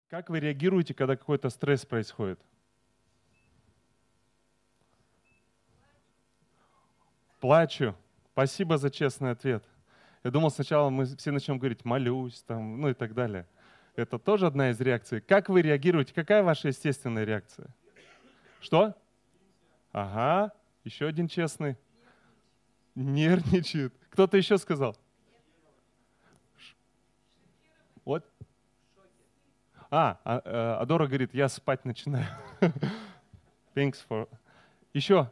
Как вы реагируете, когда какой-то стресс происходит? Плачу. Спасибо за честный ответ. Я думал, сначала мы все начнем говорить «молюсь», там, ну и так далее. Это тоже одна из реакций. Как вы реагируете? Какая ваша естественная реакция? Что? Ага, еще один честный. Нервничает. Кто-то еще сказал? Вот. Адора говорит, я спать начинаю. Thanks for... Еще.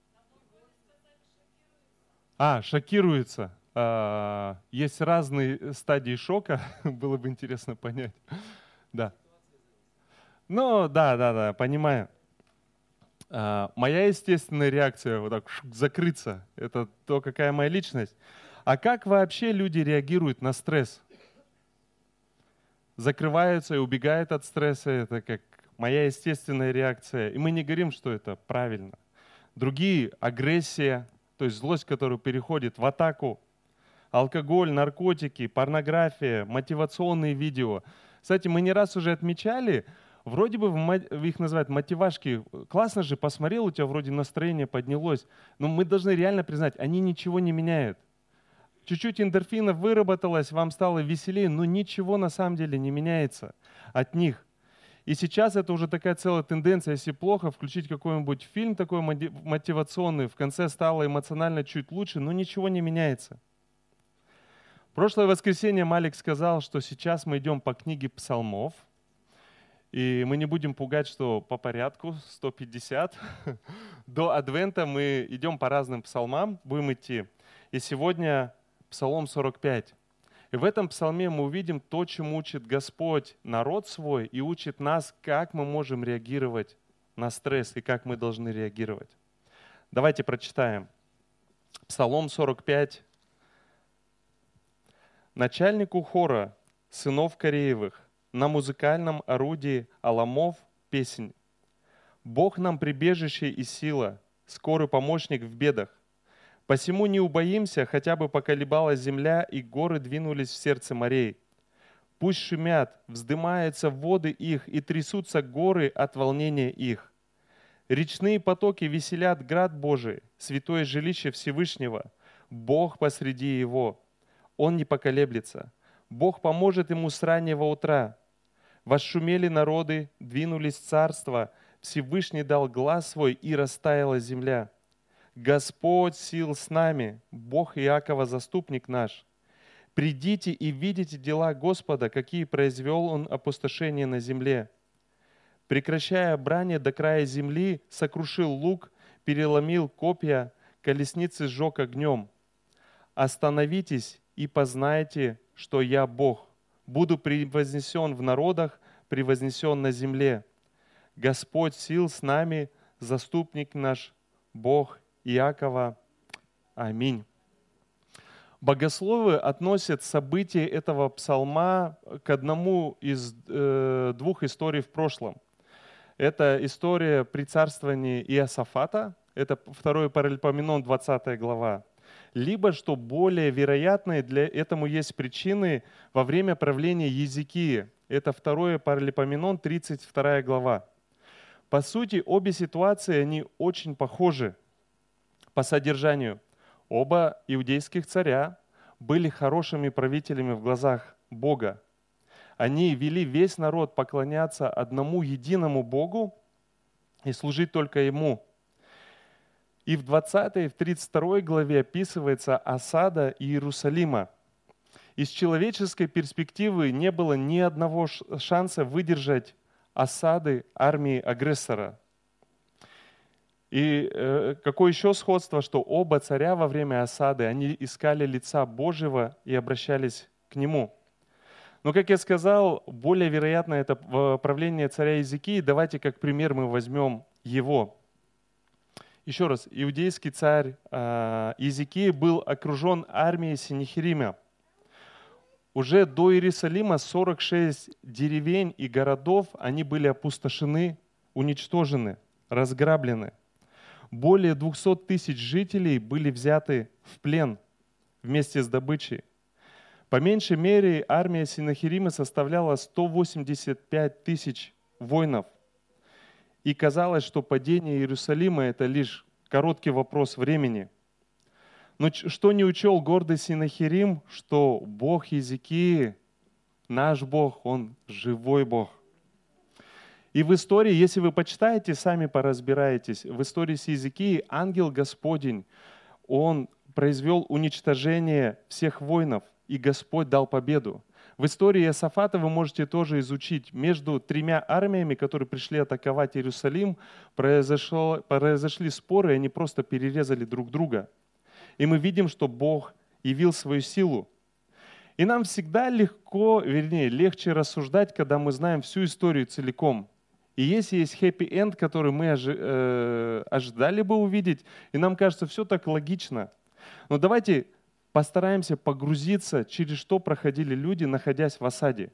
Шокируется. Есть разные стадии шока. Было бы интересно понять. Да. Ну, да, понимаю. Моя естественная реакция вот так закрыться. Это то, какая моя личность. А как вообще люди реагируют на стресс? Закрываются и убегают от стресса. Это как моя естественная реакция. И мы не говорим, что это правильно. Другие — агрессия, то есть злость, которая переходит в атаку. Алкоголь, наркотики, порнография, мотивационные видео. Кстати, мы не раз уже отмечали, вроде бы их называют мотивашки. Классно же, посмотрел, у тебя вроде настроение поднялось. Но мы должны реально признать, они ничего не меняют. Чуть-чуть эндорфинов выработалось, вам стало веселее, но ничего на самом деле не меняется от них. И сейчас это уже такая целая тенденция, если плохо, включить какой-нибудь фильм такой мотивационный, в конце стало эмоционально чуть лучше, но ничего не меняется. В прошлое воскресенье Малик сказал, что сейчас мы идем по книге Псалмов, и мы не будем пугать, что по порядку 150. До Адвента мы идем по разным псалмам, будем идти. И сегодня Псалом 45. И в этом псалме мы увидим то, чему учит Господь народ свой и учит нас, как мы можем реагировать на стресс и как мы должны реагировать. Давайте прочитаем. Псалом 45. Начальнику хора сынов Кореевых на музыкальном орудии аламов песнь. Бог нам прибежище и сила, скорый помощник в бедах. Посему не убоимся, хотя бы поколебалась земля, и горы двинулись в сердце морей. Пусть шумят, вздымаются воды их, и трясутся горы от волнения их. Речные потоки веселят град Божий, святое жилище Всевышнего. Бог посреди его. Он не поколеблется. Бог поможет ему с раннего утра. Восшумели народы, двинулись царства. Всевышний дал глас свой, и растаяла земля. Господь сил с нами, Бог Иакова заступник наш. Придите и видите дела Господа, какие произвел Он опустошение на земле. Прекращая брань до края земли, сокрушил лук, переломил копья, колесницы сжег огнем. Остановитесь и познайте, что я Бог. Буду превознесен в народах, превознесен на земле. Господь сил с нами, заступник наш, Бог Иакова. Аминь. Богословы относят события этого псалма к одному из двух историй в прошлом. Это история при царствовании Иосафата, это 2 Паралипоменон, 20 глава. Либо, что более вероятное, для этому есть причины во время правления Езекии. Это 2 Паралипоменон, 32 глава. По сути, обе ситуации, они очень похожи по содержанию. Оба иудейских царя были хорошими правителями в глазах Бога. Они вели весь народ поклоняться одному единому Богу и служить только Ему. И в 20 и в 32 главе описывается осада Иерусалима. Из человеческой перспективы не было ни одного шанса выдержать осады армии агрессора. И какое еще сходство, что оба царя во время осады, они искали лица Божьего и обращались к Нему. Но, как я сказал, более вероятно это правление царя Иезекии. Давайте как пример мы возьмем его. Еще раз, иудейский царь Иезекия был окружен армией Сеннахерима. Уже до Иерусалима 46 деревень и городов, они были опустошены, уничтожены, разграблены. Более 200 тысяч жителей были взяты в плен вместе с добычей. По меньшей мере, армия Синахирима составляла 185 тысяч воинов. И казалось, что падение Иерусалима – это лишь короткий вопрос времени. Но что не учел гордый Синахирим, что Бог Иезекии, наш Бог, Он живой Бог. И в истории, если вы почитаете, сами поразбираетесь, в истории с Иезекией ангел Господень, он произвел уничтожение всех воинов, и Господь дал победу. В истории Иосафата вы можете тоже изучить. Между тремя армиями, которые пришли атаковать Иерусалим, произошли споры, и они просто перерезали друг друга. И мы видим, что Бог явил свою силу. И нам всегда легче рассуждать, когда мы знаем всю историю целиком. И если есть хэппи-энд, который мы ожидали бы увидеть, и нам кажется, все так логично. Но давайте постараемся погрузиться, через что проходили люди, находясь в осаде.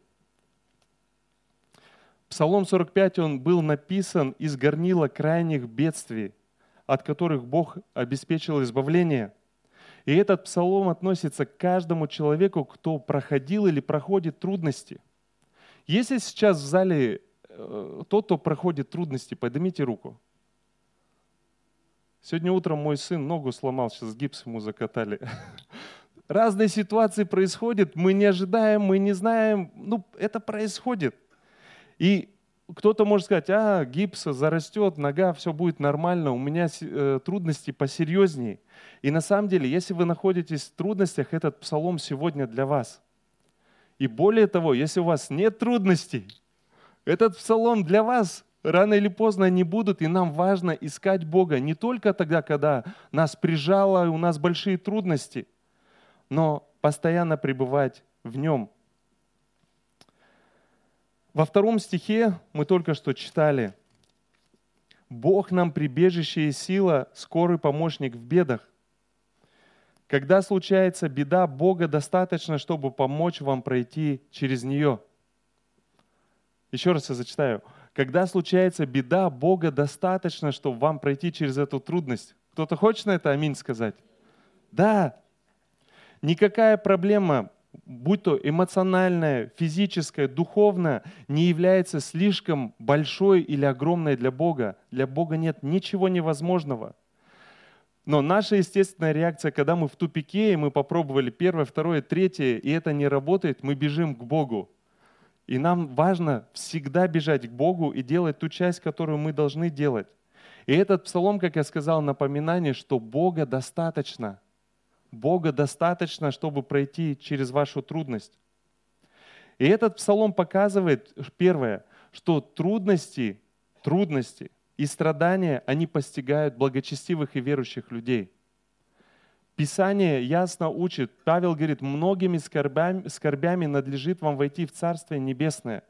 Псалом 45, он был написан из горнила крайних бедствий, от которых Бог обеспечил избавление. И этот псалом относится к каждому человеку, кто проходил или проходит трудности. Если сейчас в зале тот, кто проходит трудности, поднимите руку. Сегодня утром мой сын ногу сломал, сейчас гипс ему закатали. Разные ситуации происходят, мы не ожидаем, мы не знаем, это происходит. И кто-то может сказать, гипс зарастет, нога, все будет нормально, у меня трудности посерьезнее. И на самом деле, если вы находитесь в трудностях, этот псалом сегодня для вас. И более того, если у вас нет трудностей, этот псалом для вас. Рано или поздно они будут, и нам важно искать Бога не только тогда, когда нас прижало, и у нас большие трудности, но постоянно пребывать в Нем. Во 2 стихе мы только что читали: «Бог нам прибежище и сила, скорый помощник в бедах». Когда случается беда, Бога достаточно, чтобы помочь вам пройти через нее. Еще раз я зачитаю. Когда случается беда, Бога достаточно, чтобы вам пройти через эту трудность. Кто-то хочет на это аминь сказать? Да. Никакая проблема, будь то эмоциональная, физическая, духовная, не является слишком большой или огромной для Бога. Для Бога нет ничего невозможного. Но наша естественная реакция, когда мы в тупике, и мы попробовали 1, 2, 3, и это не работает, мы бежим к Богу. И нам важно всегда бежать к Богу и делать ту часть, которую мы должны делать. И этот псалом, как я сказал, напоминание, что Бога достаточно. Бога достаточно, чтобы пройти через вашу трудность. И этот псалом показывает, первое, что трудности и страдания, они постигают благочестивых и верующих людей. Писание ясно учит, Павел говорит, многими скорбями надлежит вам войти в Царствие Небесное.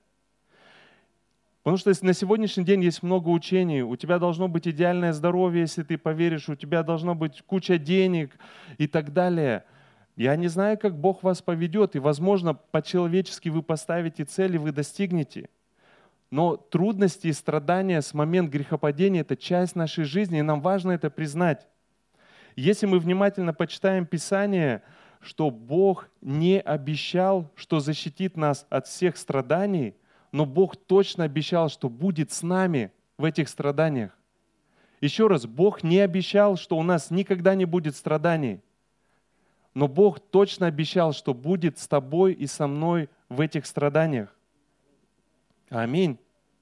Потому что на сегодняшний день есть много учений, у тебя должно быть идеальное здоровье, если ты поверишь, у тебя должно быть куча денег и так далее. Я не знаю, как Бог вас поведет, и, возможно, по-человечески вы поставите цель, и вы достигнете. Но трудности и страдания с момента грехопадения – это часть нашей жизни, и нам важно это признать. Если мы внимательно почитаем Писание, что Бог не обещал, что защитит нас от всех страданий, но Бог точно обещал, что будет с нами в этих страданиях. Еще раз, Бог не обещал, что у нас никогда не будет страданий, но Бог точно обещал, что будет с тобой и со мной в этих страданиях. Аминь.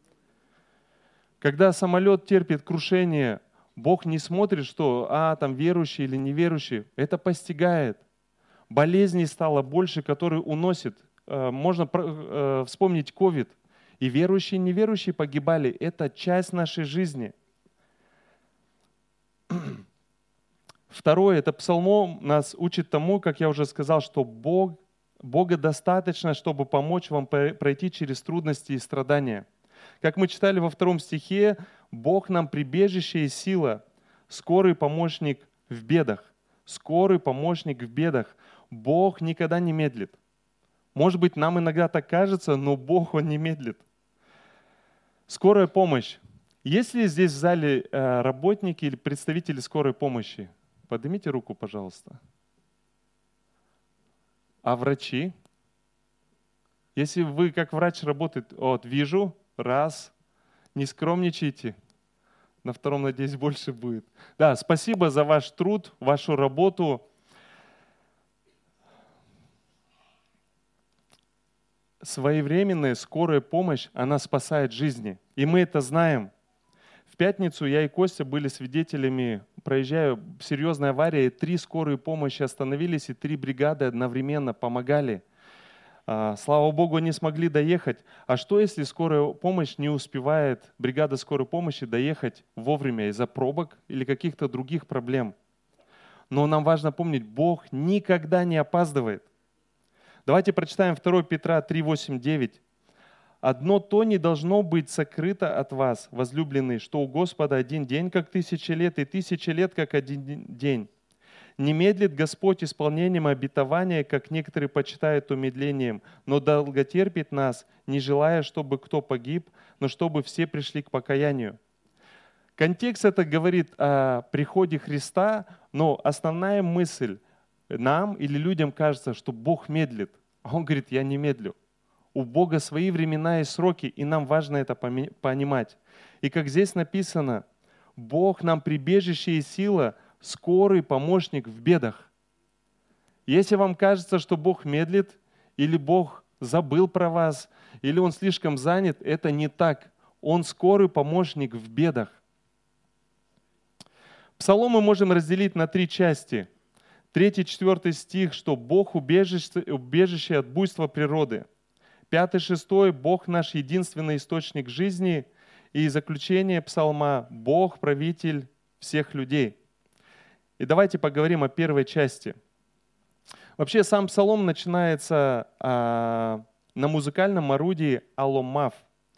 Когда самолет терпит крушение, Бог не смотрит, что там верующий или неверующий. Это постигает. Болезней стало больше, которые уносят. Можно вспомнить COVID. И верующие, и неверующие погибали. Это часть нашей жизни. Второе, это псалом нас учит тому, как я уже сказал, что Бога достаточно, чтобы помочь вам пройти через трудности и страдания. Как мы читали во 2 стихе, Бог нам прибежище и сила, скорый помощник в бедах. Скорый помощник в бедах. Бог никогда не медлит. Может быть, нам иногда так кажется, но Бог, Он не медлит. Скорая помощь. Есть ли здесь в зале работники или представители скорой помощи? Поднимите руку, пожалуйста. А врачи? Если вы как врач работаете, вот вижу, раз, не скромничайте, на втором, надеюсь, больше будет. Да, спасибо за ваш труд, вашу работу. Своевременная скорая помощь, она спасает жизни. И мы это знаем. В пятницу я и Костя были свидетелями, проезжая серьезной аварии, 3 скорые помощи остановились, и 3 бригады одновременно помогали. Слава Богу, они смогли доехать. А что, если скорая помощь не успевает, бригада скорой помощи, доехать вовремя из-за пробок или каких-то других проблем? Но нам важно помнить, Бог никогда не опаздывает. Давайте прочитаем 2 Петра 3, 8, 9. «Одно то не должно быть сокрыто от вас, возлюбленные, что у Господа один день, как 1000 лет, и 1000 лет, как один день. Не медлит Господь исполнением обетования, как некоторые почитают умедлением, но долготерпит нас, не желая, чтобы кто погиб, но чтобы все пришли к покаянию». Контекст это говорит о приходе Христа, но основная мысль нам или людям кажется, что Бог медлит. А Он говорит, я не медлю. У Бога свои времена и сроки, и нам важно это понимать. И как здесь написано, Бог нам прибежище и сила, скорый помощник в бедах. Если вам кажется, что Бог медлит, или Бог забыл про вас, или Он слишком занят, это не так. Он скорый помощник в бедах. Псалом мы можем разделить на 3 части. 3-4 стих, что Бог убежище от буйства природы. 5-6 Бог наш единственный источник жизни. И заключение псалма Бог правитель всех людей. И давайте поговорим о первой части. Вообще сам псалом начинается на музыкальном орудии аломав.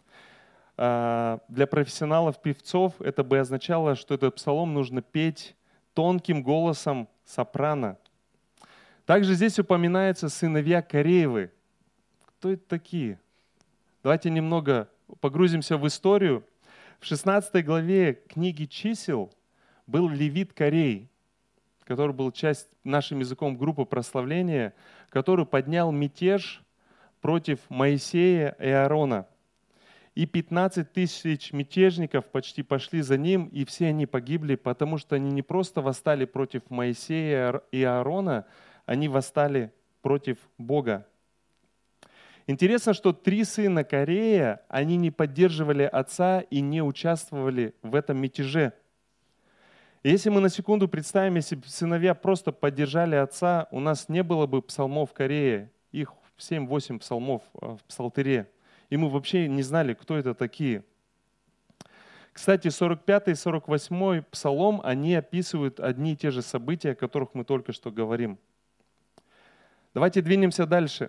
Для профессионалов-певцов это бы означало, что этот псалом нужно петь тонким голосом сопрано. Также здесь упоминаются сыновья Кореевы. Кто это такие? Давайте немного погрузимся в историю. В 16 главе книги «Чисел» был левит Корей, который был часть нашим языком группы прославления, который поднял мятеж против Моисея и Аарона. И 15 тысяч мятежников почти пошли за ним, и все они погибли, потому что они не просто восстали против Моисея и Аарона, они восстали против Бога. Интересно, что 3 сына Корея, они не поддерживали отца и не участвовали в этом мятеже. И если мы на секунду представим, если бы сыновья просто поддержали отца, у нас не было бы псалмов Корея, их 7-8 псалмов в псалтыре. И мы вообще не знали, кто это такие. Кстати, 45 и 48 псалом, они описывают одни и те же события, о которых мы только что говорим. Давайте двинемся дальше.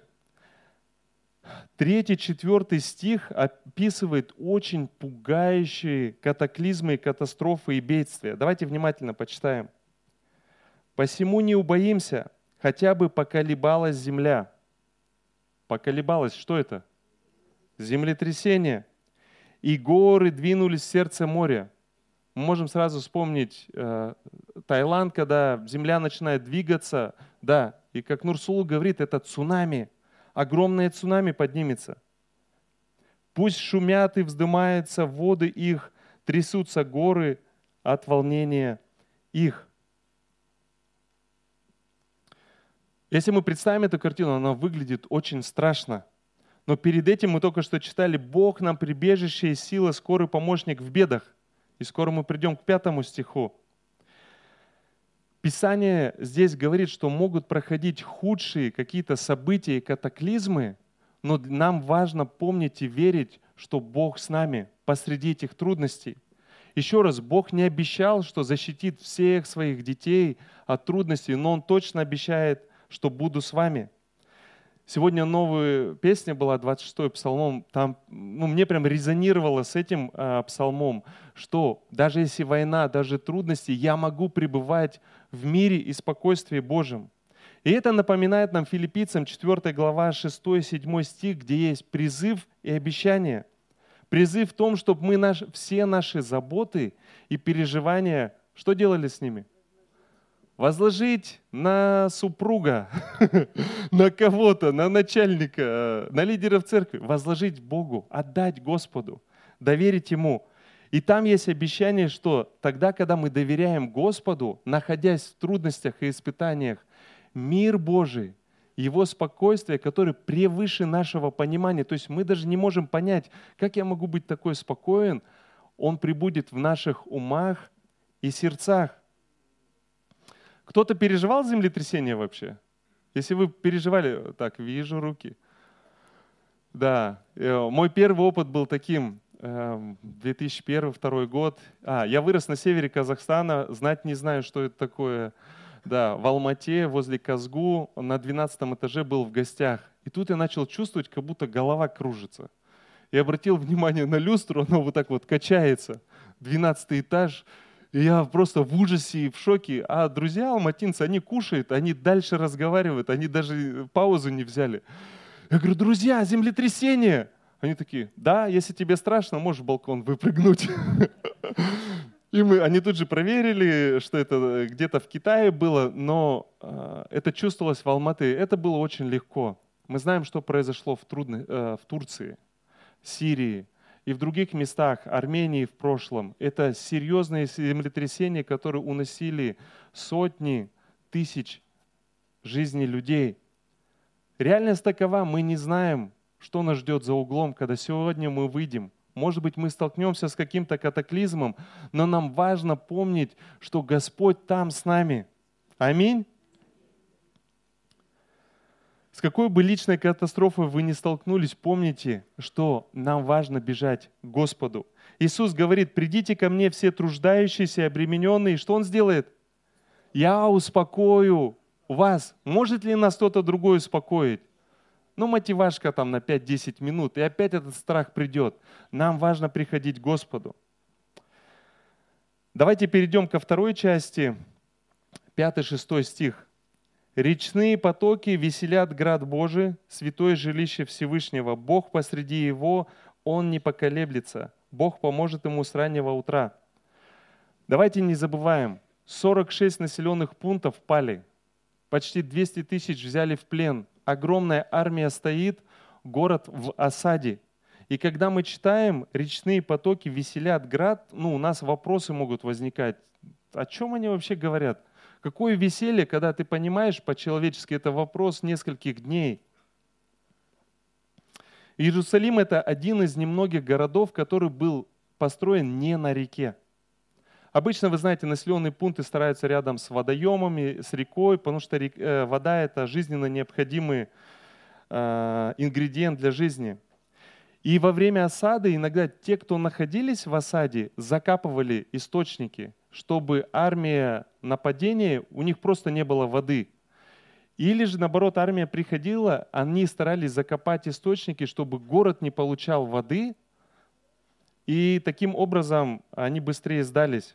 3-4 стих описывает очень пугающие катаклизмы, катастрофы и бедствия. Давайте внимательно почитаем. «Посему не убоимся, хотя бы поколебалась земля». Поколебалась, что это? Землетрясение. «И горы двинулись в сердце моря». Мы можем сразу вспомнить Таиланд, когда земля начинает двигаться. Да, и как Нурсулу говорит, это цунами. Огромное цунами поднимется. «Пусть шумят и вздымаются воды их, трясутся горы от волнения их». Если мы представим эту картину, она выглядит очень страшно. Но перед этим мы только что читали: «Бог нам прибежище и сила, скорый помощник в бедах». И скоро мы придем к 5 стиху. Писание здесь говорит, что могут проходить худшие какие-то события и катаклизмы, но нам важно помнить и верить, что Бог с нами посреди этих трудностей. Еще раз, Бог не обещал, что защитит всех своих детей от трудностей, но Он точно обещает, что буду с вами. Сегодня новая песня была, 26-й псалмом, там, мне прям резонировало с этим псалмом, что даже если война, даже трудности, я могу пребывать в мире и спокойствии Божьем. И это напоминает нам Филиппийцам 4 глава 6-7 стих, где есть призыв и обещание. Призыв в том, чтобы мы все наши заботы и переживания, что делали с ними? возложить на супруга, на кого-то, на начальника, на лидеров церкви, возложить Богу, отдать Господу, доверить Ему. И там есть обещание, что тогда, когда мы доверяем Господу, находясь в трудностях и испытаниях, мир Божий, Его спокойствие, которое превыше нашего понимания, то есть мы даже не можем понять, как я могу быть такой спокоен, Он пребудет в наших умах и сердцах. Кто-то переживал землетрясение вообще? Если вы переживали, так, вижу руки. Да, мой первый опыт был таким, 2001-2002 год. Я вырос на севере Казахстана, знать не знаю, что это такое. Да, в Алмате, возле Казгу, на 12 этаже был в гостях. И тут я начал чувствовать, как будто голова кружится. Я обратил внимание на люстру, она вот так вот качается. 12 этаж. И я просто в ужасе и в шоке. А друзья алматинцы, они кушают, они дальше разговаривают, они даже паузу не взяли. Я говорю, друзья, землетрясение! Они такие, да, если тебе страшно, можешь в балкон выпрыгнуть. И они тут же проверили, что это где-то в Китае было, но это чувствовалось в Алматы. Это было очень легко. Мы знаем, что произошло в Турции, Сирии и в других местах, Армении в прошлом. Это серьезные землетрясения, которые уносили сотни тысяч жизней людей. Реальность такова, мы не знаем, что нас ждет за углом, когда сегодня мы выйдем. Может быть, мы столкнемся с каким-то катаклизмом, но нам важно помнить, что Господь там с нами. Аминь. С какой бы личной катастрофой вы ни столкнулись, помните, что нам важно бежать к Господу. Иисус говорит, придите ко мне все труждающиеся и обремененные. Что Он сделает? Я успокою вас. Может ли нас кто-то другой успокоить? Мотивашка там на 5-10 минут, и опять этот страх придет. Нам важно приходить к Господу. Давайте перейдем ко второй части, 5-6 стих. «Речные потоки веселят град Божий, святое жилище Всевышнего. Бог посреди его, Он не поколеблется. Бог поможет ему с раннего утра». Давайте не забываем, 46 населенных пунктов пали, почти 200 тысяч взяли в плен. Огромная армия стоит, город в осаде. И когда мы читаем «речные потоки веселят град», у нас вопросы могут возникать. О чем они вообще говорят? Какое веселье, когда ты понимаешь по-человечески, это вопрос нескольких дней. Иерусалим – это один из немногих городов, который был построен не на реке. Обычно, вы знаете, населенные пункты стараются рядом с водоемами, с рекой, потому что вода – это жизненно необходимый ингредиент для жизни. И во время осады иногда те, кто находились в осаде, закапывали источники, чтобы армия нападения, у них просто не было воды. Или же, наоборот, армия приходила, они старались закопать источники, чтобы город не получал воды, и таким образом они быстрее сдались.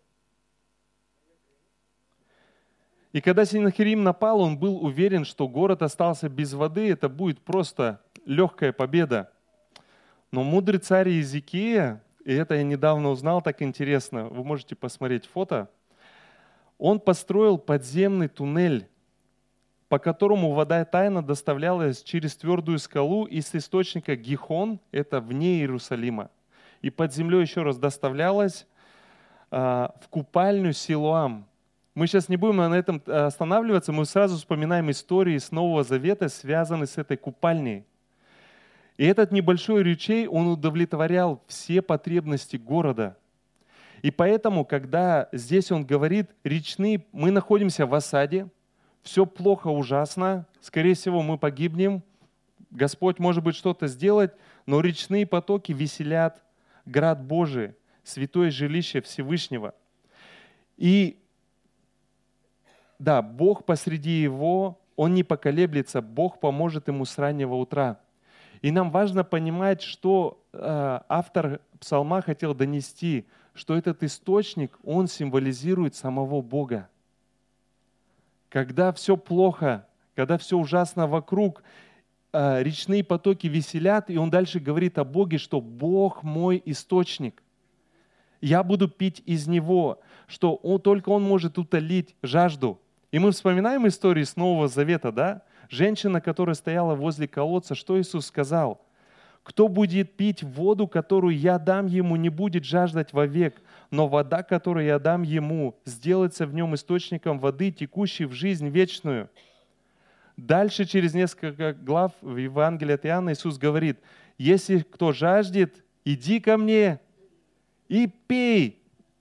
И когда Сеннахерим напал, он был уверен, что город остался без воды, это будет просто легкая победа. Но мудрый царь Иезекия, и это я недавно узнал, так интересно, вы можете посмотреть фото, он построил подземный туннель, по которому вода тайно доставлялась через твердую скалу из источника Гихон, это вне Иерусалима, и под землей еще раз доставлялась в купальню Силуам. Мы сейчас не будем на этом останавливаться, мы сразу вспоминаем истории с Нового Завета, связанные с этой купальней. И этот небольшой ручей, он удовлетворял все потребности города. И поэтому, когда здесь он говорит, речные, мы находимся в осаде, все плохо, ужасно, скорее всего, мы погибнем, Господь может быть что-то сделать, но речные потоки веселят град Божий, святое жилище Всевышнего. И да, Бог посреди его, Он не поколеблется, Бог поможет ему с раннего утра. И нам важно понимать, что автор псалма хотел донести, что этот источник, он символизирует самого Бога. Когда все плохо, когда все ужасно вокруг, речные потоки веселят, и он дальше говорит о Боге, что Бог мой источник. Я буду пить из него, что только он может утолить жажду. И мы вспоминаем историю с Нового Завета, да? Женщина, которая стояла возле колодца, что Иисус сказал? Кто будет пить воду, которую я дам ему, не будет жаждать вовек, но вода, которую я дам ему, сделается в нем источником воды, текущей в жизнь вечную. Дальше, через несколько глав в Евангелии от Иоанна, Иисус говорит: если кто жаждет, иди ко мне и пей.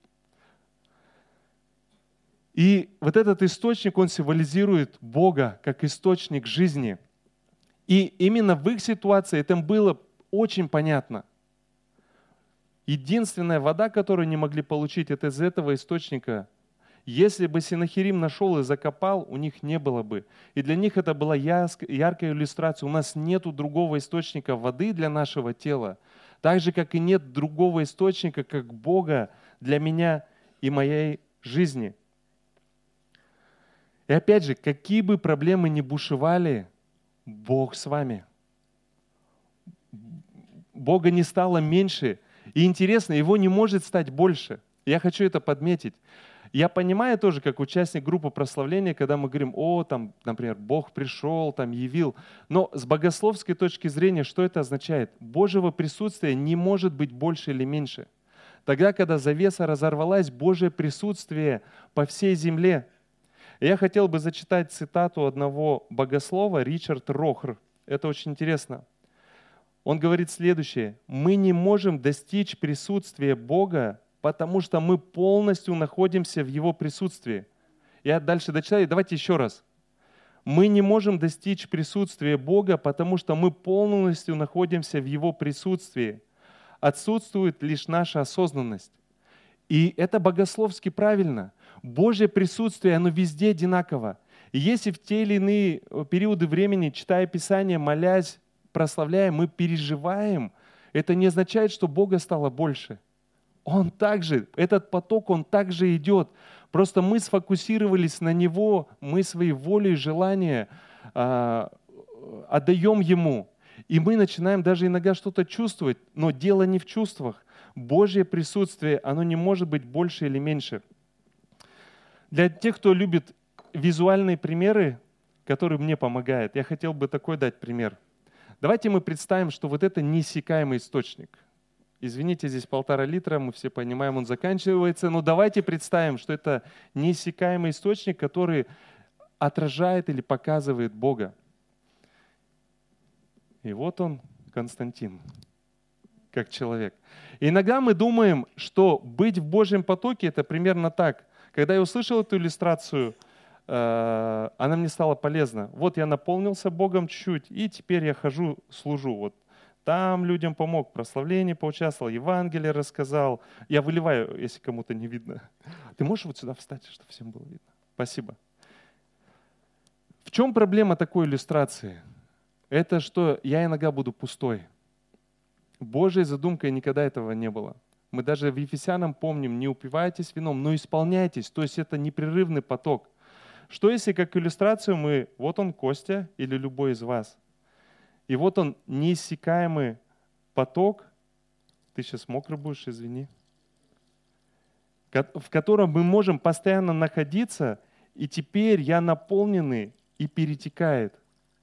И вот этот источник, он символизирует Бога как источник жизни. И именно в их ситуации это было очень понятно. Единственная вода, которую они могли получить, это из этого источника. Если бы Синахирим нашел и закопал, у них не было бы. И для них это была яркая иллюстрация. У нас нет другого источника воды для нашего тела, так же, как и нет другого источника, как Бога для меня и моей жизни. И опять же, какие бы проблемы ни бушевали, Бог с вами. Бога не стало меньше. И интересно, Его не может стать больше. Я хочу это подметить. Я понимаю тоже, как участник группы прославления, когда мы говорим: там, например, Бог пришел, там, явил. Но с богословской точки зрения, что это означает? Божьего присутствия не может быть больше или меньше. Тогда, когда завеса разорвалась, Божье присутствие по всей земле. Я хотел бы зачитать цитату одного богослова, Ричард Рохр. Это очень интересно. Он говорит следующее: «Мы не можем достичь присутствия Бога, потому что мы полностью находимся в Его присутствии». Я дальше дочитаю, давайте еще раз. Мы не можем достичь присутствия Бога, потому что мы полностью находимся в Его присутствии. Отсутствует лишь наша осознанность. И это богословски правильно. Божье присутствие, оно везде одинаково. И если в те или иные периоды времени, читая Писание, молясь, прославляя, мы переживаем, это не означает, что Бога стало больше. Он также, этот поток, он также идет. Просто мы сфокусировались на Него, мы свои воли и желания отдаем Ему. И мы начинаем даже иногда что-то чувствовать, но дело не в чувствах. Божье присутствие, оно не может быть больше или меньше. Для тех, кто любит визуальные примеры, которые мне помогают, я хотел бы такой дать пример. Давайте мы представим, что вот это неиссякаемый источник. Извините, здесь 1,5 литра, мы все понимаем, он заканчивается, но давайте представим, что это неиссякаемый источник, который отражает или показывает Бога. И вот он, Константин, как человек. И иногда мы думаем, что быть в Божьем потоке — это примерно так. Когда я услышал эту иллюстрацию, она мне стала полезна. Вот я наполнился Богом чуть-чуть, и теперь я хожу, служу. Вот там людям помог, прославление поучаствовал, Евангелие рассказал. Я выливаю, если кому-то не видно. Ты можешь вот сюда встать, чтобы всем было видно? Спасибо. В чем проблема такой иллюстрации? Это что я иногда буду пустой. Божьей задумкой никогда этого не было. Мы даже в Ефесянам помним: не упивайтесь вином, но исполняйтесь. То есть это непрерывный поток. Что если как иллюстрацию вот он, Костя, или любой из вас, и вот он, неиссякаемый поток, ты сейчас мокрый будешь, извини, в котором мы можем постоянно находиться, и теперь я наполненный и перетекает.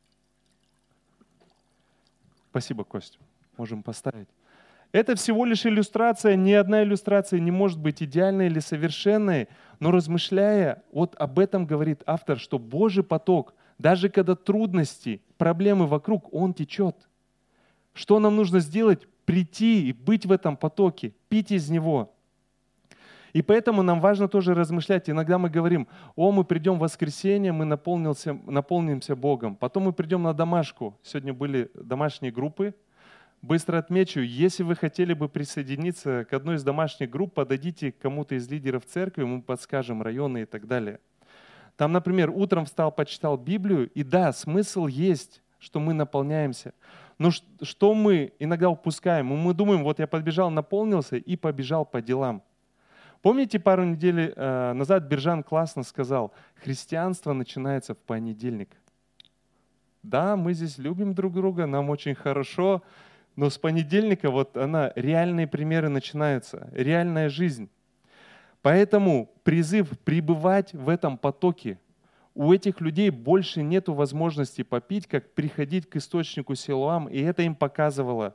Спасибо, Костя. Можем поставить. Это всего лишь иллюстрация, ни одна иллюстрация не может быть идеальной или совершенной, но размышляя, вот об этом говорит автор, что Божий поток, даже когда трудности, проблемы вокруг, он течет. Что нам нужно сделать? Прийти и быть в этом потоке, пить из него. И поэтому нам важно тоже размышлять. Иногда мы говорим: мы придем в воскресенье, мы наполнимся Богом. Потом мы придем на домашку. Сегодня были домашние группы. Быстро отмечу, если вы хотели бы присоединиться к одной из домашних групп, подойдите к кому-то из лидеров церкви, мы подскажем районы и так далее. Там, например, утром встал, почитал Библию, и да, смысл есть, что мы наполняемся. Но что мы иногда упускаем? Мы думаем: вот я подбежал, наполнился и побежал по делам. Помните, пару недель назад Биржан классно сказал: христианство начинается в понедельник. Да, мы здесь любим друг друга, нам очень хорошо, Но с понедельника вот она, реальные примеры начинаются, реальная жизнь. Поэтому призыв пребывать в этом потоке. У этих людей больше нет возможности попить, как приходить к источнику Силуам, и это им показывало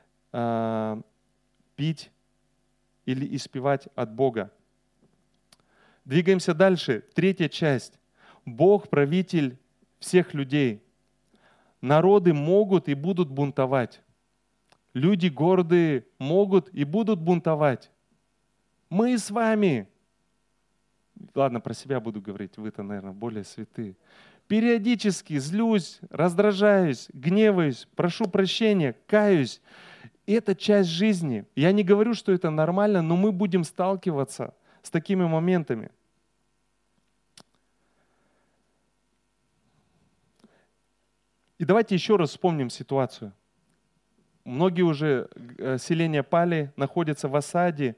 пить или испевать от Бога. Двигаемся дальше. Третья часть. Бог правитель всех людей. Народы могут и будут бунтовать. Люди гордые могут и будут бунтовать. Мы с вами. Ладно, про себя буду говорить, вы-то, наверное, более святые. Периодически злюсь, раздражаюсь, гневаюсь, прошу прощения, каюсь. Это часть жизни. Я не говорю, что это нормально, но мы будем сталкиваться с такими моментами. И давайте еще раз вспомним ситуацию. Многие уже селения пали, находятся в осаде.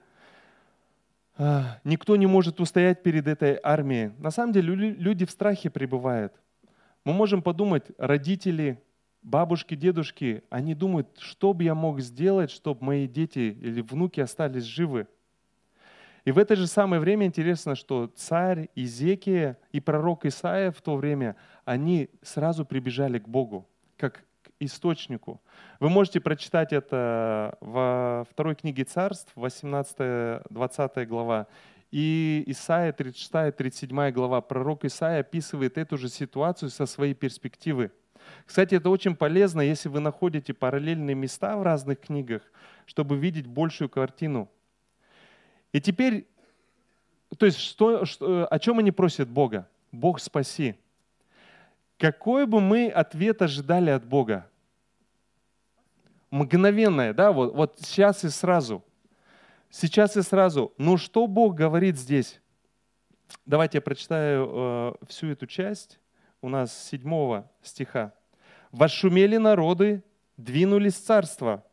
Никто не может устоять перед этой армией. На самом деле люди в страхе пребывают. Мы можем подумать, родители, бабушки, дедушки, они думают, что бы я мог сделать, чтобы мои дети или внуки остались живы. И в это же самое время интересно, что царь Изекия и пророк Исаия в то время, они сразу прибежали к Богу, как к источнику. Вы можете прочитать это во второй книге Царств, 18-20 глава, и Исаия, 36-37 глава. Пророк Исаия описывает эту же ситуацию со своей перспективы. Кстати, это очень полезно, если вы находите параллельные места в разных книгах, чтобы видеть большую картину. И теперь, то есть, о чем они просят Бога? Бог, спаси. Какой бы мы ответ ожидали от Бога? Мгновенное, да, вот сейчас и сразу. Сейчас и сразу. Но что Бог говорит здесь? Давайте я прочитаю всю эту часть. У нас с 7 стиха. «Восшумели народы, двинулись царства».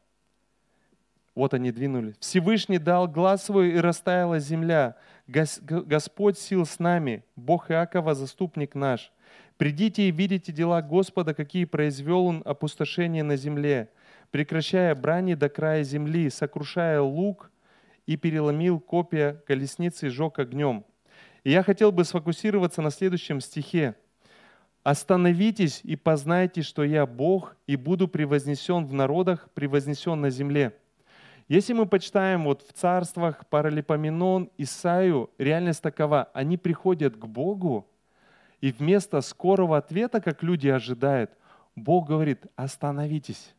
Вот они двинулись. «Всевышний дал глас свой, и растаяла земля. Господь сил с нами, Бог Иакова, заступник наш. Придите и видите дела Господа, какие произвел Он опустошение на земле, прекращая брани до края земли, сокрушая лук и переломил копья колесницы и сжег огнем». И я хотел бы сфокусироваться на следующем стихе. «Остановитесь и познайте, что я Бог, и буду превознесен в народах, превознесен на земле». Если мы почитаем вот в царствах Паралипоменон, Исаию, реальность такова. Они приходят к Богу, и вместо скорого ответа, как люди ожидают, Бог говорит: остановитесь.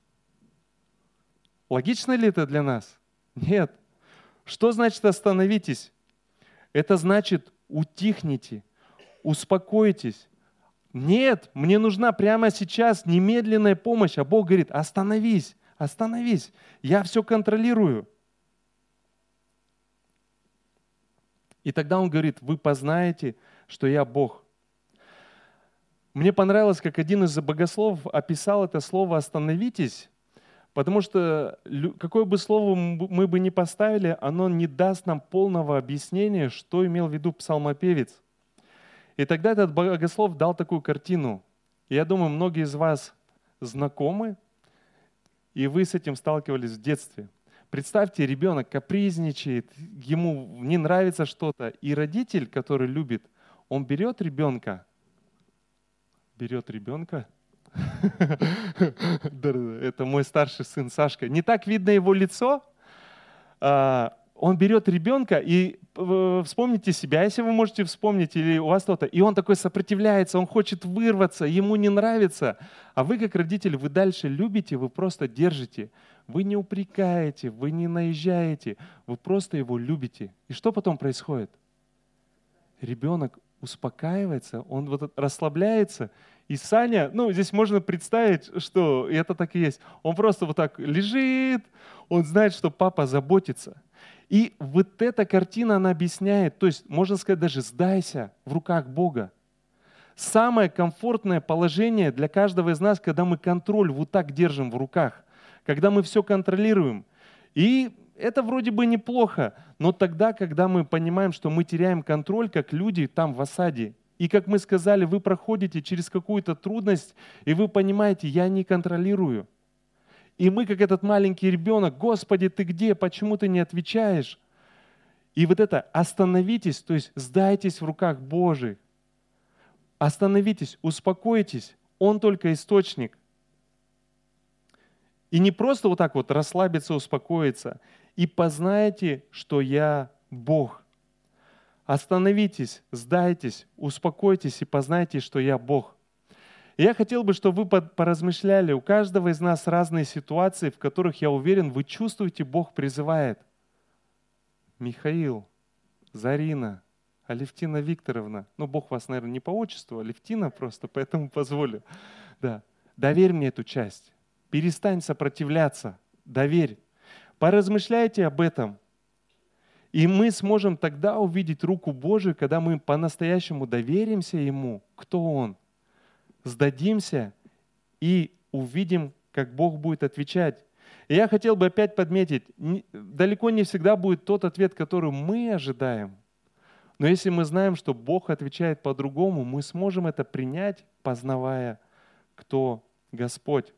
Логично ли это для нас? Нет. Что значит остановитесь? Это значит утихните, успокойтесь. Нет, мне нужна прямо сейчас немедленная помощь. А Бог говорит: остановись. Остановись, я все контролирую. И тогда он говорит: вы познаете, что я Бог. Мне понравилось, как один из богословов описал это слово «остановитесь», потому что какое бы слово мы бы ни поставили, оно не даст нам полного объяснения, что имел в виду псалмопевец. И тогда этот богослов дал такую картину. И я думаю, многие из вас знакомы, и вы с этим сталкивались в детстве. Представьте, ребенок капризничает, ему не нравится что-то, и родитель, который любит, он берет ребенка. Это мой старший сын Сашка. Не так видно его лицо. Он берет ребенка, и вспомните себя, если вы можете вспомнить, или у вас кто-то, и он такой сопротивляется, он хочет вырваться, ему не нравится. А вы, как родитель, вы дальше любите, вы просто держите. Вы не упрекаете, вы не наезжаете, вы просто его любите. И что потом происходит? Ребенок успокаивается, он вот расслабляется, и Саня, здесь можно представить, что это так и есть. Он просто вот так лежит, он знает, что папа заботится. И вот эта картина, она объясняет, то есть, можно сказать, даже сдайся в руках Бога. Самое комфортное положение для каждого из нас, когда мы контроль вот так держим в руках, когда мы все контролируем. И это вроде бы неплохо, но тогда, когда мы понимаем, что мы теряем контроль, как люди там в осаде, и как мы сказали, вы проходите через какую-то трудность, и вы понимаете: я не контролирую. И мы, как этот маленький ребенок, Господи, Ты где? Почему Ты не отвечаешь? И вот это остановитесь, то есть сдайтесь в руках Божьих. Остановитесь, успокойтесь. Он только источник. И не просто вот так вот расслабиться, успокоиться. И познайте, что я Бог. Остановитесь, сдайтесь, успокойтесь и познайте, что я Бог. И я хотел бы, чтобы вы поразмышляли. У каждого из нас разные ситуации, в которых, я уверен, вы чувствуете, Бог призывает. Михаил, Зарина, Алевтина Викторовна. Ну, Бог вас, наверное, не по отчеству, Алевтина просто, поэтому позволю. Да. Доверь мне эту часть. Перестань сопротивляться. Доверь. Поразмышляйте об этом. И мы сможем тогда увидеть руку Божию, когда мы по-настоящему доверимся Ему, кто Он. Сдадимся и увидим, как Бог будет отвечать. И я хотел бы опять подметить, далеко не всегда будет тот ответ, который мы ожидаем. Но если мы знаем, что Бог отвечает по-другому, мы сможем это принять, познавая, кто Господь.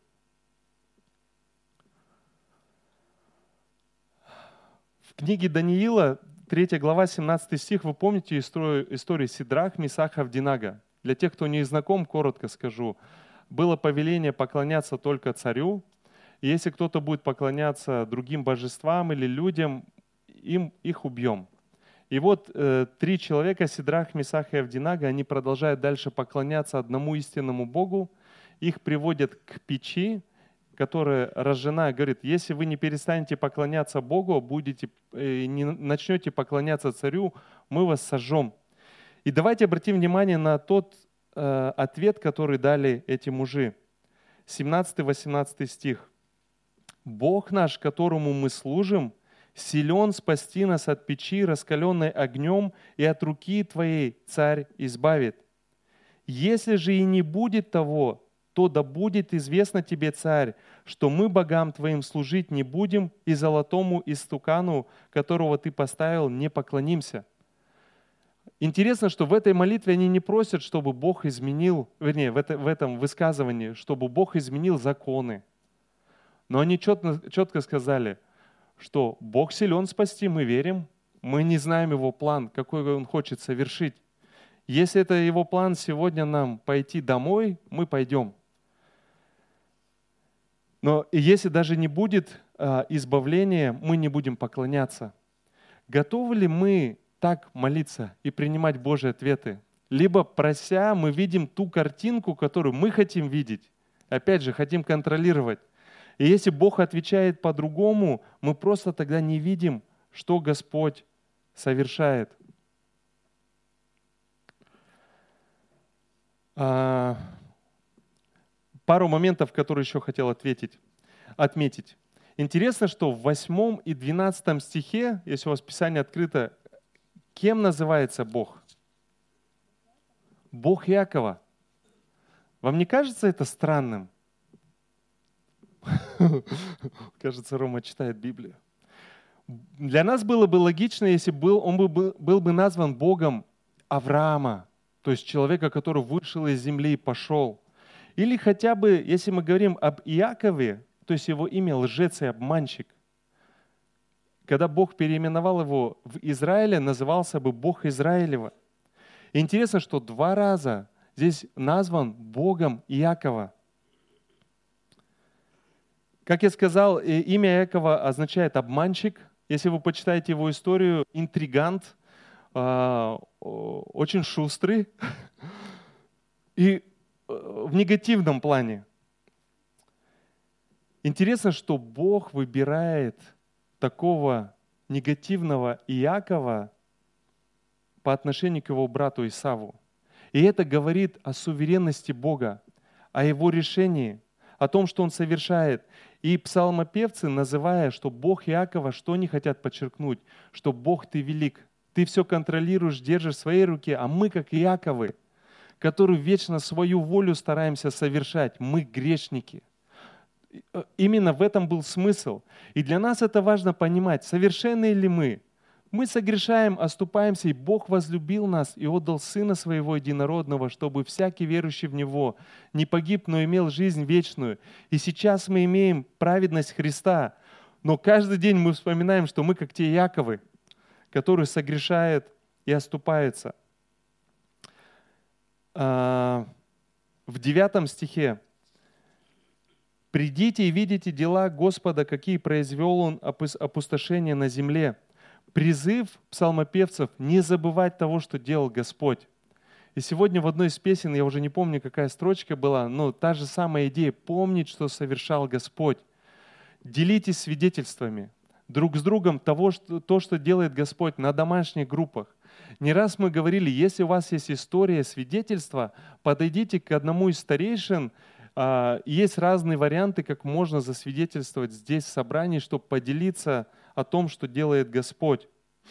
В книге Даниила, 3 глава, 17 стих, вы помните историю Сидрах, Месаха, Авдинага? Для тех, кто не знаком, коротко скажу. Было повеление поклоняться только царю. И если кто-то будет поклоняться другим божествам или людям, их убьем. И вот 3 человека, Сидрах, Месах и Авдинага, они продолжают дальше поклоняться одному истинному Богу. Их приводят к печи, которая разжена, говорит, если вы не перестанете поклоняться Богу, не начнете поклоняться царю, мы вас сожжем. И давайте обратим внимание на тот ответ, который дали эти мужи. 17-18 стих. «Бог наш, которому мы служим, силен спасти нас от печи, раскаленной огнем, и от руки Твоей Царь избавит. Если же и не будет того, то да будет известно Тебе, Царь, что мы богам Твоим служить не будем, и золотому истукану, которого Ты поставил, не поклонимся». Интересно, что в этой молитве они не просят, чтобы Бог изменил, вернее, в этом высказывании, чтобы Бог изменил законы. Но они четко сказали, что Бог силен спасти, мы верим, мы не знаем Его план, какой Он хочет совершить. Если это Его план сегодня нам пойти домой, мы пойдем. Но если даже не будет избавления, мы не будем поклоняться. Готовы ли мы так молиться и принимать Божьи ответы? Либо, прося, мы видим ту картинку, которую мы хотим видеть. Опять же, хотим контролировать. И если Бог отвечает по-другому, мы просто тогда не видим, что Господь совершает. Пару моментов, которые еще хотел отметить. Интересно, что в 8 и 12 стихе, если у вас Писание открыто, кем называется Бог? Бог Иакова. Вам не кажется это странным? Кажется, Рома читает Библию. Для нас было бы логично, если он был бы назван Богом Авраама, то есть человека, который вышел из земли и пошел. Или хотя бы, если мы говорим об Иакове, то есть его имя лжец и обманщик. Когда Бог переименовал его в Израиле, назывался бы Бог Израилева. И интересно, что 2 раза здесь назван Богом Иакова. Как я сказал, имя Иакова означает обманщик. Если вы почитаете его историю, интригант, очень шустрый и в негативном плане. Интересно, что Бог выбирает такого негативного Иакова по отношению к его брату Исаву. И это говорит о суверенности Бога, о его решении, о том, что он совершает. И псалмопевцы, называя, что Бог Иакова, что они хотят подчеркнуть? Что Бог, Ты велик, Ты все контролируешь, держишь в своей руке, а мы, как Иаковы, которые вечно свою волю стараемся совершать, мы грешники. Именно в этом был смысл. И для нас это важно понимать, совершенны ли мы. Мы согрешаем, оступаемся, и Бог возлюбил нас и отдал Сына Своего Единородного, чтобы всякий верующий в Него не погиб, но имел жизнь вечную. И сейчас мы имеем праведность Христа, но каждый день мы вспоминаем, что мы как те Яковы, которые согрешают и оступаются. В 9 стихе: «Придите и видите дела Господа, какие произвел Он опустошение на земле». Призыв псалмопевцев не забывать того, что делал Господь. И сегодня в одной из песен, я уже не помню, какая строчка была, но та же самая идея: помнить, что совершал Господь. Делитесь свидетельствами друг с другом того, что делает Господь на домашних группах. Не раз мы говорили, если у вас есть история, свидетельства, подойдите к одному из старейшин. Есть разные варианты, как можно засвидетельствовать здесь в собрании, чтобы поделиться о том, что делает Господь.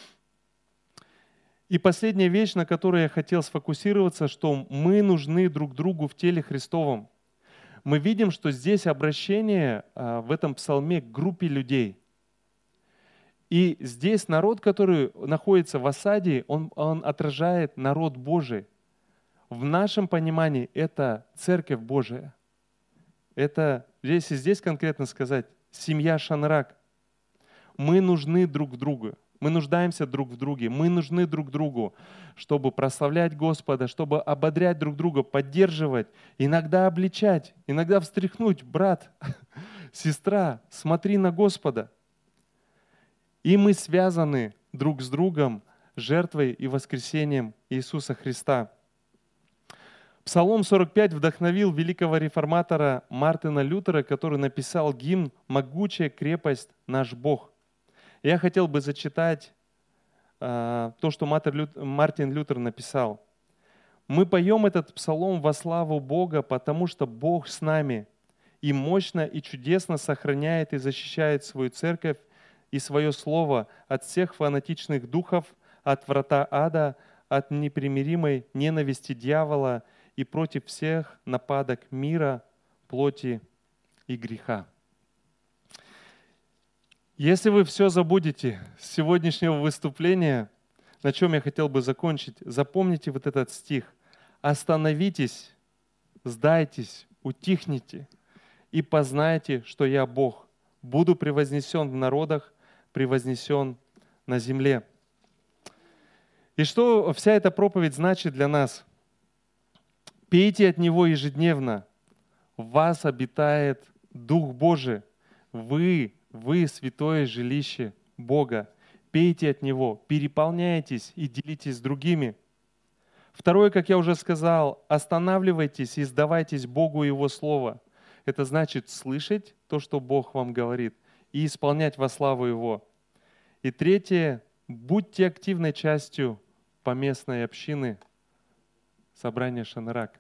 И последняя вещь, на которой я хотел сфокусироваться, что мы нужны друг другу в теле Христовом. Мы видим, что здесь обращение в этом псалме к группе людей. И здесь народ, который находится в осаде, он отражает народ Божий. В нашем понимании это Церковь Божия. Это, если здесь конкретно сказать, семья Шанрак. Мы нужны друг другу. Мы нуждаемся друг в друге. Мы нужны друг другу, чтобы прославлять Господа, чтобы ободрять друг друга, поддерживать, иногда обличать, иногда встряхнуть. Брат, сестра, смотри на Господа. И мы связаны друг с другом жертвой и воскресением Иисуса Христа. Псалом 45 вдохновил великого реформатора Мартина Лютера, который написал гимн «Могучая крепость наш Бог». Я хотел бы зачитать то, что Мартин Лютер написал. «Мы поем этот псалом во славу Бога, потому что Бог с нами и мощно и чудесно сохраняет и защищает свою церковь и свое слово от всех фанатичных духов, от врата ада, от непримиримой ненависти дьявола и против всех нападок мира, плоти и греха». Если вы все забудете с сегодняшнего выступления, на чем я хотел бы закончить, запомните вот этот стих. «Остановитесь, сдайтесь, утихните и познайте, что я Бог. Буду превознесен в народах, превознесен на земле». И что вся эта проповедь значит для нас? Пейте от Него ежедневно. В вас обитает Дух Божий. Вы святое жилище Бога. Пейте от Него, переполняйтесь и делитесь с другими. Второе, как я уже сказал, останавливайтесь и сдавайтесь Богу и Его Слово. Это значит слышать то, что Бог вам говорит, и исполнять во славу Его. И третье, будьте активной частью поместной общины собрания Шанрак.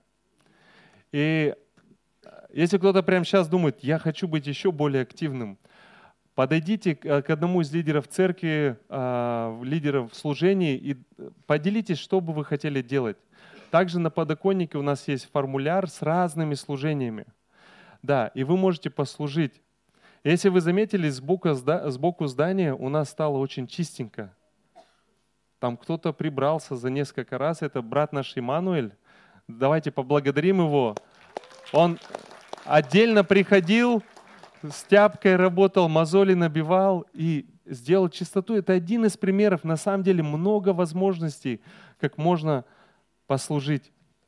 И если кто-то прямо сейчас думает, я хочу быть еще более активным, подойдите к одному из лидеров церкви, лидеров служений и поделитесь, что бы вы хотели делать. Также на подоконнике у нас есть формуляр с разными служениями. Да, и вы можете послужить. Если вы заметили, сбоку здания у нас стало очень чистенько. Там кто-то прибрался за несколько раз. Это брат наш Иммануэль. Давайте поблагодарим его. Он отдельно приходил, с тяпкой работал, мозоли набивал и сделал чистоту. Это один из примеров. На самом деле много возможностей, как можно послужить.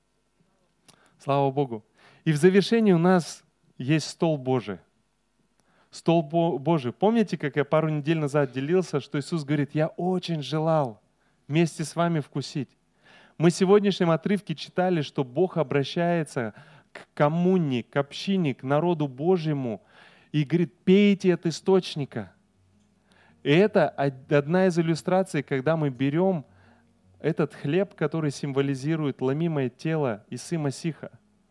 Слава Богу. И в завершении у нас есть стол Божий. Стол Божий. Помните, как я пару недель назад делился, что Иисус говорит, я очень желал вместе с вами вкусить. Мы в сегодняшнем отрывке читали, что Бог обращается к коммуне, к общине, к народу Божьему и говорит, пейте от источника. И это одна из иллюстраций, когда мы берем этот хлеб, который символизирует ломимое тело Исы Масиха.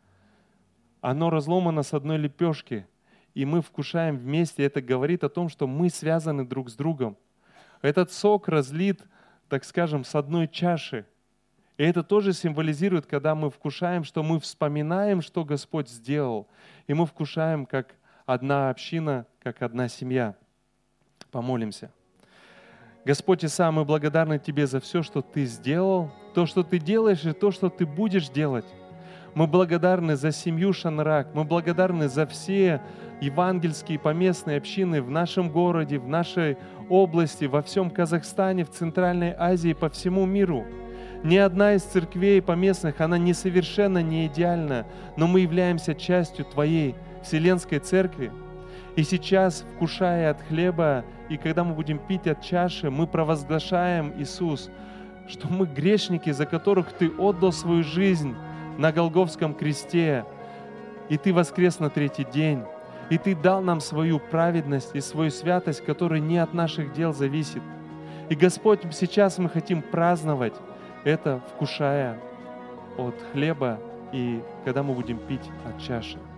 Оно разломано с одной лепешки, и мы вкушаем вместе. Это говорит о том, что мы связаны друг с другом. Этот сок разлит, так скажем, с одной чаши. И это тоже символизирует, когда мы вкушаем, что мы вспоминаем, что Господь сделал. И мы вкушаем как одна община, как одна семья. Помолимся. Господь Иса, мы благодарны Тебе за все, что Ты сделал, то, что Ты делаешь, и то, что Ты будешь делать. Мы благодарны за семью Шанрак, мы благодарны за все евангельские поместные общины в нашем городе, в нашей области, во всем Казахстане, в Центральной Азии, по всему миру. Ни одна из церквей поместных, она несовершенна, не идеальна, но мы являемся частью Твоей Вселенской Церкви. И сейчас, вкушая от хлеба, и когда мы будем пить от чаши, мы провозглашаем, Иисус, что мы грешники, за которых Ты отдал свою жизнь на Голгофском кресте, и Ты воскрес на третий день, и Ты дал нам свою праведность и свою святость, которая не от наших дел зависит. И, Господь, сейчас мы хотим праздновать это, вкушая от хлеба, и когда мы будем пить от чаши.